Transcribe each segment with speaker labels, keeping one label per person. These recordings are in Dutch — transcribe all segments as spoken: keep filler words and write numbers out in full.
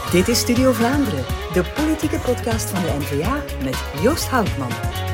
Speaker 1: Dit is Studio Vlaanderen, de politieke podcast van de N V A met Joost Houtman.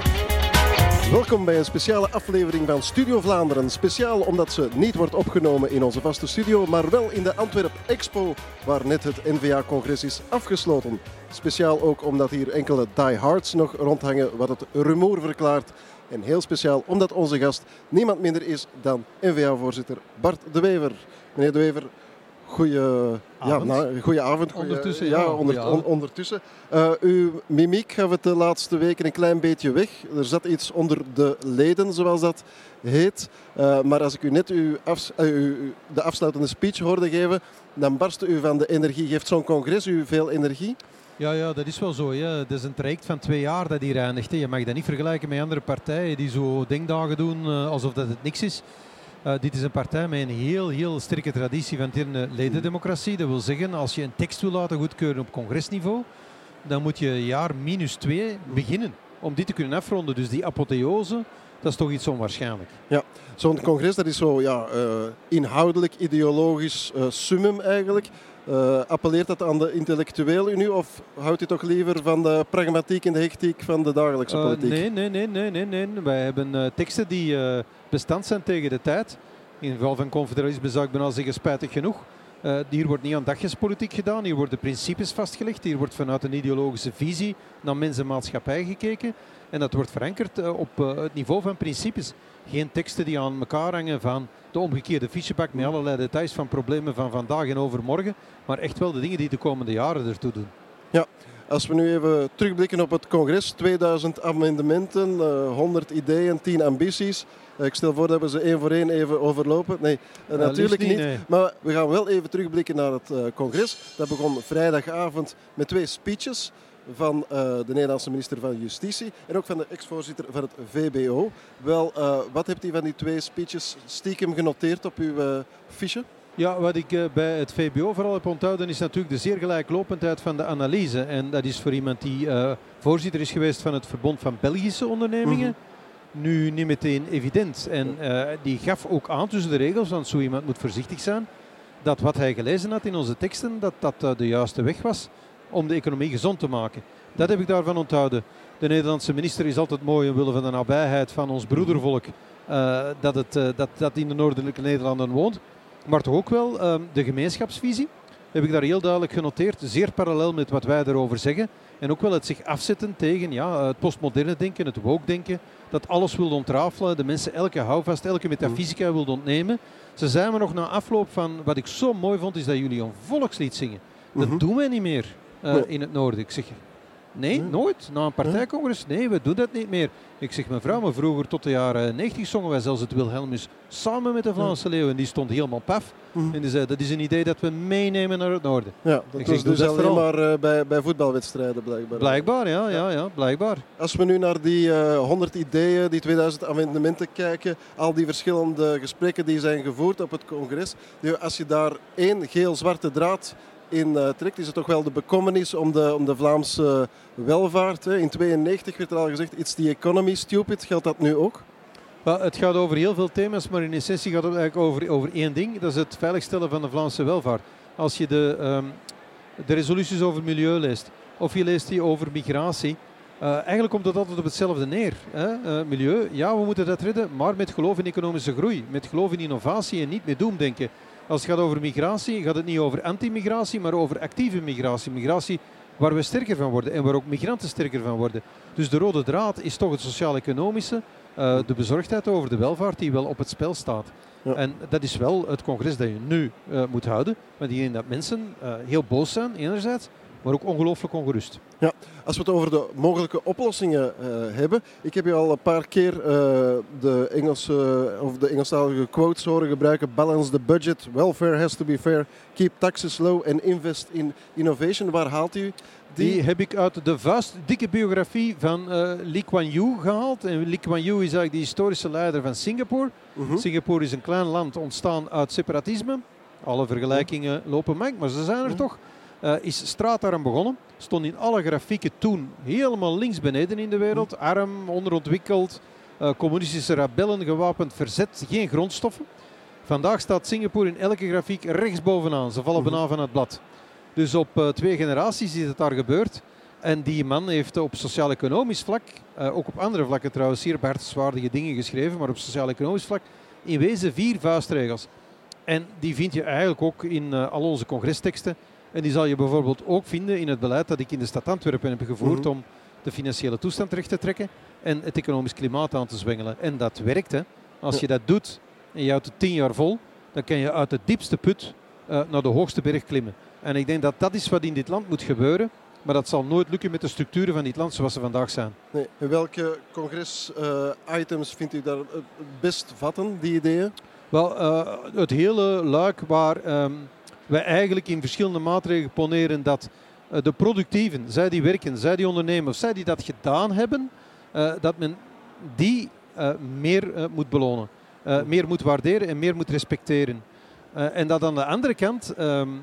Speaker 2: Welkom bij een speciale aflevering van Studio Vlaanderen. Speciaal omdat ze niet wordt opgenomen in onze vaste studio, maar wel in de Antwerp Expo, waar net het N V A-congres is afgesloten. Speciaal ook omdat hier enkele diehards nog rondhangen, wat het rumoer verklaart. En heel speciaal omdat onze gast niemand minder is dan N V A-voorzitter Bart De Wever. Meneer De Wever, goeie
Speaker 3: avond.
Speaker 2: Ja, na, goeie avond. Goeie,
Speaker 3: ondertussen,
Speaker 2: ja.
Speaker 3: ja.
Speaker 2: Onder, on, ondertussen. Uh, uw mimiek gaf het de laatste weken een klein beetje weg. Er zat iets onder de leden, zoals dat heet. Uh, maar als ik u net uw af, uh, uw, de afsluitende speech hoorde geven, dan barstte u van de energie. Geeft zo'n congres u veel energie?
Speaker 3: Ja, ja, dat is wel zo. Ja. Het is een traject van twee jaar dat hier eindigt. Hè. Je mag dat niet vergelijken met andere partijen die zo denkdagen doen uh, alsof dat het niks is. Uh, dit is een partij met een heel, heel sterke traditie van interne ledendemocratie. Dat wil zeggen, als je een tekst wil laten goedkeuren op congresniveau, dan moet je jaar minus twee beginnen om die te kunnen afronden. Dus die apotheose, dat is toch iets onwaarschijnlijk.
Speaker 2: Ja, zo'n congres dat is zo ja, uh, inhoudelijk, ideologisch uh, summum eigenlijk. Uh, appelleert dat aan de intellectueel nu of houdt u toch liever van de pragmatiek en de hectiek van de dagelijkse
Speaker 3: Uh,
Speaker 2: politiek?
Speaker 3: nee, nee, nee, nee, nee, nee. Wij hebben uh, teksten die uh, bestand zijn tegen de tijd. In het geval van confederalisme zou ik bijna zeggen spijtig genoeg. Uh, hier wordt niet aan dagjespolitiek gedaan, hier worden principes vastgelegd, hier wordt vanuit een ideologische visie naar mens en maatschappij gekeken. En dat wordt verankerd uh, op uh, het niveau van principes. Geen teksten die aan elkaar hangen van de omgekeerde fichebak met allerlei details van problemen van vandaag en overmorgen. Maar echt wel de dingen die de komende jaren ertoe doen.
Speaker 2: Ja, als we nu even terugblikken op het congres. tweeduizend amendementen, uh, honderd ideeën, tien ambities. Uh, ik stel voor dat we ze één voor één even overlopen. Nee, uh,
Speaker 3: Ja,
Speaker 2: natuurlijk
Speaker 3: niet,
Speaker 2: niet.
Speaker 3: nee.
Speaker 2: Maar we gaan wel even terugblikken naar het uh, congres. Dat begon vrijdagavond met twee speeches van uh, de Nederlandse minister van Justitie en ook van de ex-voorzitter van het V B O. Wel, uh, wat hebt u van die twee speeches stiekem genoteerd op uw uh, fiche?
Speaker 3: Ja, wat ik uh, bij het V B O vooral heb onthouden is natuurlijk de zeer gelijklopendheid van de analyse. En dat is voor iemand die uh, voorzitter is geweest van het Verbond van Belgische Ondernemingen, mm-hmm. nu niet meteen evident. En uh, die gaf ook aan tussen de regels, want zo iemand moet voorzichtig zijn, dat wat hij gelezen had in onze teksten, dat dat uh, de juiste weg was om de economie gezond te maken. Dat heb ik daarvan onthouden. De Nederlandse minister is altijd mooi omwille van de nabijheid van ons broedervolk uh, dat, het, uh, dat, dat in de noordelijke Nederlanden woont. Maar toch ook wel uh, de gemeenschapsvisie. Heb ik daar heel duidelijk genoteerd. Zeer parallel met wat wij erover zeggen. En ook wel het zich afzetten tegen ja, het postmoderne denken, het woke denken. Dat alles wil ontrafelen. De mensen elke houvast, elke metafysica wil ontnemen. Ze zijn me nog na afloop van, wat ik zo mooi vond, is dat jullie een volkslied zingen. Dat mm-hmm. doen wij niet meer uh, in het noorden. Ik zeg, nee, nee, nooit. Na een partijcongres, nee, we doen dat niet meer. Ik zeg, mevrouw, maar vroeger tot de jaren negentig zongen wij zelfs het Wilhelmus samen met de Vlaamse Leeuw. En die stond helemaal paf. Mm-hmm. En die zei, dat is een idee dat we meenemen naar het noorden.
Speaker 2: Ja, dat
Speaker 3: ik
Speaker 2: is
Speaker 3: zeg,
Speaker 2: dus
Speaker 3: dat
Speaker 2: alleen
Speaker 3: vooral.
Speaker 2: maar uh, bij, bij voetbalwedstrijden blijkbaar.
Speaker 3: Blijkbaar, ja, ja, ja, blijkbaar.
Speaker 2: Als we nu naar die uh, honderd ideeën, die tweeduizend amendementen kijken, al die verschillende gesprekken die zijn gevoerd op het congres, als je daar één geel-zwarte draad in uh, trekt, is het toch wel de bekommernis om de, om de Vlaamse welvaart. Hè. In tweeënnegentig werd er al gezegd, it's the economy, stupid. Geldt dat nu ook?
Speaker 3: Well, het gaat over heel veel thema's, maar in essentie gaat het eigenlijk over, over één ding. Dat is het veiligstellen van de Vlaamse welvaart. Als je de, um, de resoluties over milieu leest, of je leest die over migratie, uh, eigenlijk komt het altijd op hetzelfde neer. Hè? Uh, milieu, ja, we moeten dat redden, maar met geloof in economische groei. Met geloof in innovatie en niet met doemdenken. Als het gaat over migratie, gaat het niet over anti-migratie, maar over actieve migratie. Migratie waar we sterker van worden en waar ook migranten sterker van worden. Dus de rode draad is toch het sociaal-economische, uh, de bezorgdheid over de welvaart die wel op het spel staat. Ja. En dat is wel het congres dat je nu uh, moet houden. Want ik denk dat mensen uh, heel boos zijn, enerzijds, maar ook ongelooflijk ongerust.
Speaker 2: Ja, als we het over de mogelijke oplossingen uh, hebben. Ik heb je al een paar keer uh, de Engelse of de Engelstalige quotes horen gebruiken. Balance the budget, welfare has to be fair, keep taxes low and invest in innovation. Waar haalt u die?
Speaker 3: Die heb ik uit de vuist dikke biografie van uh, Lee Kuan Yew gehaald. En Lee Kuan Yew is eigenlijk de historische leider van Singapore. Uh-huh. Singapore is een klein land ontstaan uit separatisme. Alle vergelijkingen uh-huh. lopen mank, maar ze zijn er uh-huh. toch. Uh, is straatarm begonnen. Stond in alle grafieken toen helemaal links beneden in de wereld. Arm, onderontwikkeld, uh, communistische rebellen, gewapend verzet, geen grondstoffen. Vandaag staat Singapore in elke grafiek rechtsbovenaan. Ze vallen bijna van het blad. Dus op uh, twee generaties is het daar gebeurd. En die man heeft op sociaal-economisch vlak, uh, ook op andere vlakken trouwens, zeer behartenswaardige dingen geschreven, maar op sociaal-economisch vlak in wezen vier vuistregels. En die vind je eigenlijk ook in uh, al onze congresteksten. En die zal je bijvoorbeeld ook vinden in het beleid dat ik in de stad Antwerpen heb gevoerd mm-hmm. om de financiële toestand recht te trekken en het economisch klimaat aan te zwengelen. En dat werkt. Hè. Als je dat doet en je houdt het tien jaar vol, dan kan je uit de diepste put uh, naar de hoogste berg klimmen. En ik denk dat dat is wat in dit land moet gebeuren. Maar dat zal nooit lukken met de structuren van dit land zoals ze vandaag zijn.
Speaker 2: Nee. En welke congres-items uh, vindt u daar het best vatten, die ideeën?
Speaker 3: Wel, uh, het hele luik waar um, wij eigenlijk in verschillende maatregelen poneren dat uh, de productieven, zij die werken, zij die ondernemen, of zij die dat gedaan hebben, uh, dat men die uh, meer uh, moet belonen. Uh, meer moet waarderen en meer moet respecteren. Uh, en dat aan de andere kant, um,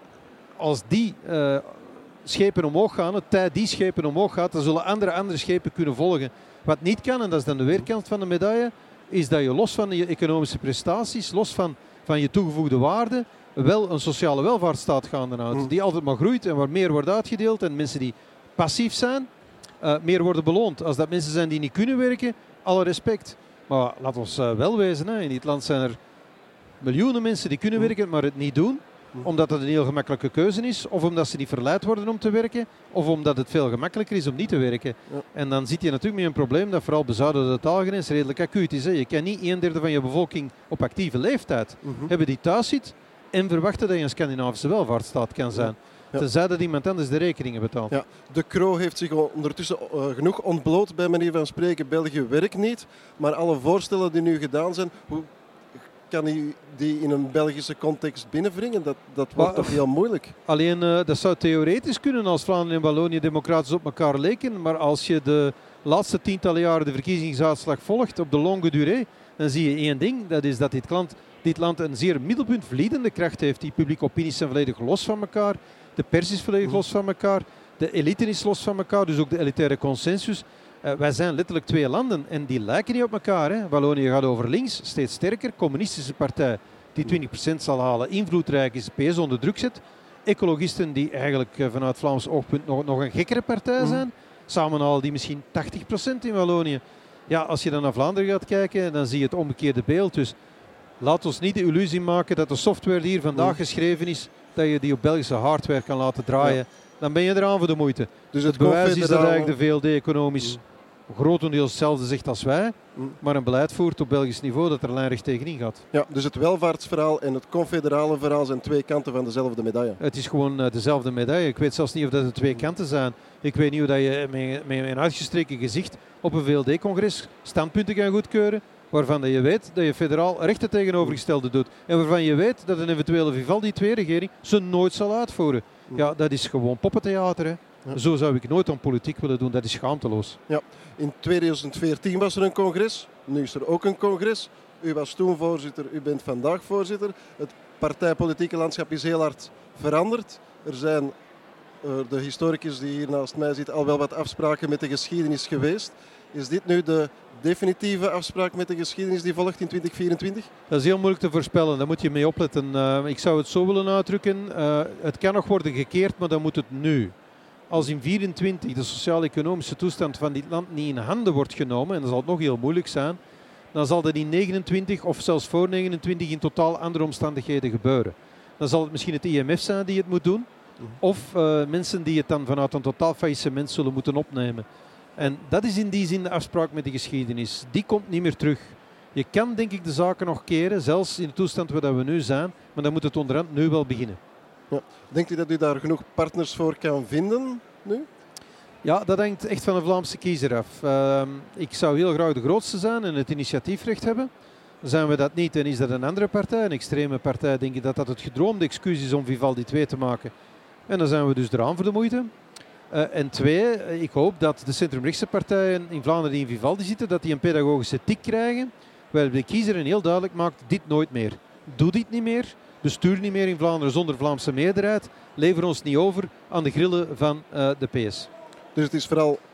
Speaker 3: als die uh, schepen omhoog gaan, het tijd die schepen omhoog gaat, dan zullen andere andere schepen kunnen volgen. Wat niet kan, en dat is dan de weerkant van de medaille, is dat je los van je economische prestaties, los van, van je toegevoegde waarde, wel een sociale welvaartsstaat gaande houdt. Mm. Die altijd maar groeit en waar meer wordt uitgedeeld en mensen die passief zijn, uh, meer worden beloond. Als dat mensen zijn die niet kunnen werken, alle respect. Maar laat ons uh, wel wezen, hè. In dit land zijn er miljoenen mensen die kunnen werken, maar het niet doen. Omdat het een heel gemakkelijke keuze is, of omdat ze niet verleid worden om te werken, of omdat het veel gemakkelijker is om niet te werken. Ja. En dan zit je natuurlijk met een probleem dat vooral bezuidende taalgrens redelijk acuut is. Hè. Je kan niet een derde van je bevolking op actieve leeftijd uh-huh. hebben die thuis zit en verwachten dat je een Scandinavische welvaartsstaat kan zijn. Ja. Ja. Tenzij dat iemand anders de rekeningen betaalt.
Speaker 2: Ja. De Croo heeft zich ondertussen uh, genoeg ontbloot bij manier van spreken. België werkt niet, maar alle voorstellen die nu gedaan zijn, hoe kan hij die in een Belgische context binnenwringen? Dat, dat wordt maar, toch heel moeilijk.
Speaker 3: Alleen, uh, dat zou theoretisch kunnen als Vlaanderen en Wallonië democratisch op elkaar leken. Maar als je de laatste tientallen jaren de verkiezingsuitslag volgt op de longue durée, dan zie je één ding. Dat is dat dit land, dit land een zeer middelpuntvliedende kracht heeft. Die publieke opinies zijn volledig los van elkaar. De pers is volledig los van elkaar. De elite is los van elkaar. Dus ook de elitaire consensus. Uh, wij zijn letterlijk twee landen en die lijken niet op elkaar. Hè. Wallonië gaat over links, steeds sterker. Communistische partij die twintig procent zal halen. Invloedrijk is, P S onder druk zet. Ecologisten die eigenlijk uh, vanuit Vlaams oogpunt nog, nog een gekkere partij zijn. Mm. Samenhalen die misschien tachtig procent in Wallonië. Ja, als je dan naar Vlaanderen gaat kijken, dan zie je het omgekeerde beeld. Dus laat ons niet de illusie maken dat de software die hier vandaag mm. geschreven is, dat je die op Belgische hardware kan laten draaien. Ja. Dan ben je eraan voor de moeite. Dus het, het bewijs is dat eigenlijk de V L D economisch mm. grotendeels hetzelfde zegt als wij, mm. maar een beleid voert op Belgisch niveau dat er lijnrecht tegenin gaat.
Speaker 2: Ja, dus het welvaartsverhaal en het confederale verhaal zijn twee kanten van dezelfde medaille.
Speaker 3: Het is gewoon uh, dezelfde medaille. Ik weet zelfs niet of dat de twee kanten zijn. Ik weet niet hoe dat je met, met een uitgestreken gezicht op een V L D-congres standpunten kan goedkeuren, waarvan dat je weet dat je federaal recht het tegenovergestelde doet. En waarvan je weet dat een eventuele Vivaldi twee-regering ze nooit zal uitvoeren. Ja, dat is gewoon poppentheater. Hè. Ja. Zo zou ik nooit aan politiek willen doen. Dat is schaamteloos.
Speaker 2: Ja. In tweeduizend veertien was er een congres. Nu is er ook een congres. U was toen voorzitter, u bent vandaag voorzitter. Het partijpolitieke landschap is heel hard veranderd. Er zijn, uh, de historicus die hier naast mij zit, al wel wat afspraken met de geschiedenis geweest. Is dit nu de definitieve afspraak met de geschiedenis die volgt in twintig vierentwintig?
Speaker 3: Dat is heel moeilijk te voorspellen, daar moet je mee opletten. Uh, ik zou het zo willen uitdrukken. Uh, het kan nog worden gekeerd, maar dan moet het nu. Als in vierentwintig de sociaal-economische toestand van dit land niet in handen wordt genomen, en dat zal het nog heel moeilijk zijn, dan zal dat in negenentwintig of zelfs voor negenentwintig in totaal andere omstandigheden gebeuren. Dan zal het misschien het I M F zijn die het moet doen, of uh, mensen die het dan vanuit een totaal faillissement zullen moeten opnemen. En dat is in die zin de afspraak met de geschiedenis. Die komt niet meer terug. Je kan denk ik de zaken nog keren, zelfs in de toestand waar we nu zijn, maar dan moet het onderhand nu wel beginnen.
Speaker 2: Ja. Denkt u dat u daar genoeg partners voor kan vinden nu?
Speaker 3: Ja, dat hangt echt van de Vlaamse kiezer af. Uh, ik zou heel graag de grootste zijn en het initiatiefrecht hebben. Zijn we dat niet, dan is dat een andere partij, een extreme partij. Denk ik dat dat het gedroomde excuus is om Vivaldi twee te maken. En dan zijn we dus eraan voor de moeite. Uh, en twee, ik hoop dat de centrumrechtse partijen in Vlaanderen die in Vivaldi zitten, dat die een pedagogische tik krijgen, waarbij de kiezer een heel duidelijk maakt, dit nooit meer. Doe dit niet meer. Bestuur niet meer in Vlaanderen zonder Vlaamse meerderheid. Lever ons niet over aan de grillen van uh, de P S.
Speaker 2: Dus het is vooral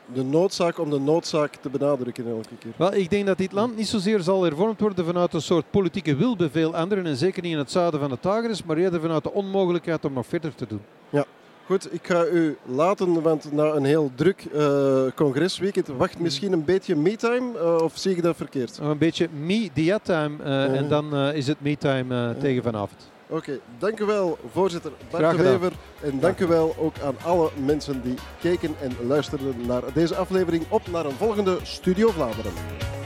Speaker 2: de noodzaak om de noodzaak te benadrukken elke keer.
Speaker 3: Wel, ik denk dat dit land niet zozeer zal hervormd worden vanuit een soort politieke wil bij veel anderen, en zeker niet in het zuiden van de Tigris, maar eerder vanuit de onmogelijkheid om nog verder te doen.
Speaker 2: Ja. Goed, ik ga u laten, want na een heel druk uh, congresweekend wacht misschien een beetje me-time, uh, of zie ik dat verkeerd?
Speaker 3: Een beetje media-time uh, uh-huh. en dan uh, is het me-time uh, uh-huh. tegen vanavond.
Speaker 2: Oké, okay, dank u wel, voorzitter Bart de Wever. En dank u wel ook aan alle mensen die keken en luisterden naar deze aflevering. Op naar een volgende Studio Vlaanderen.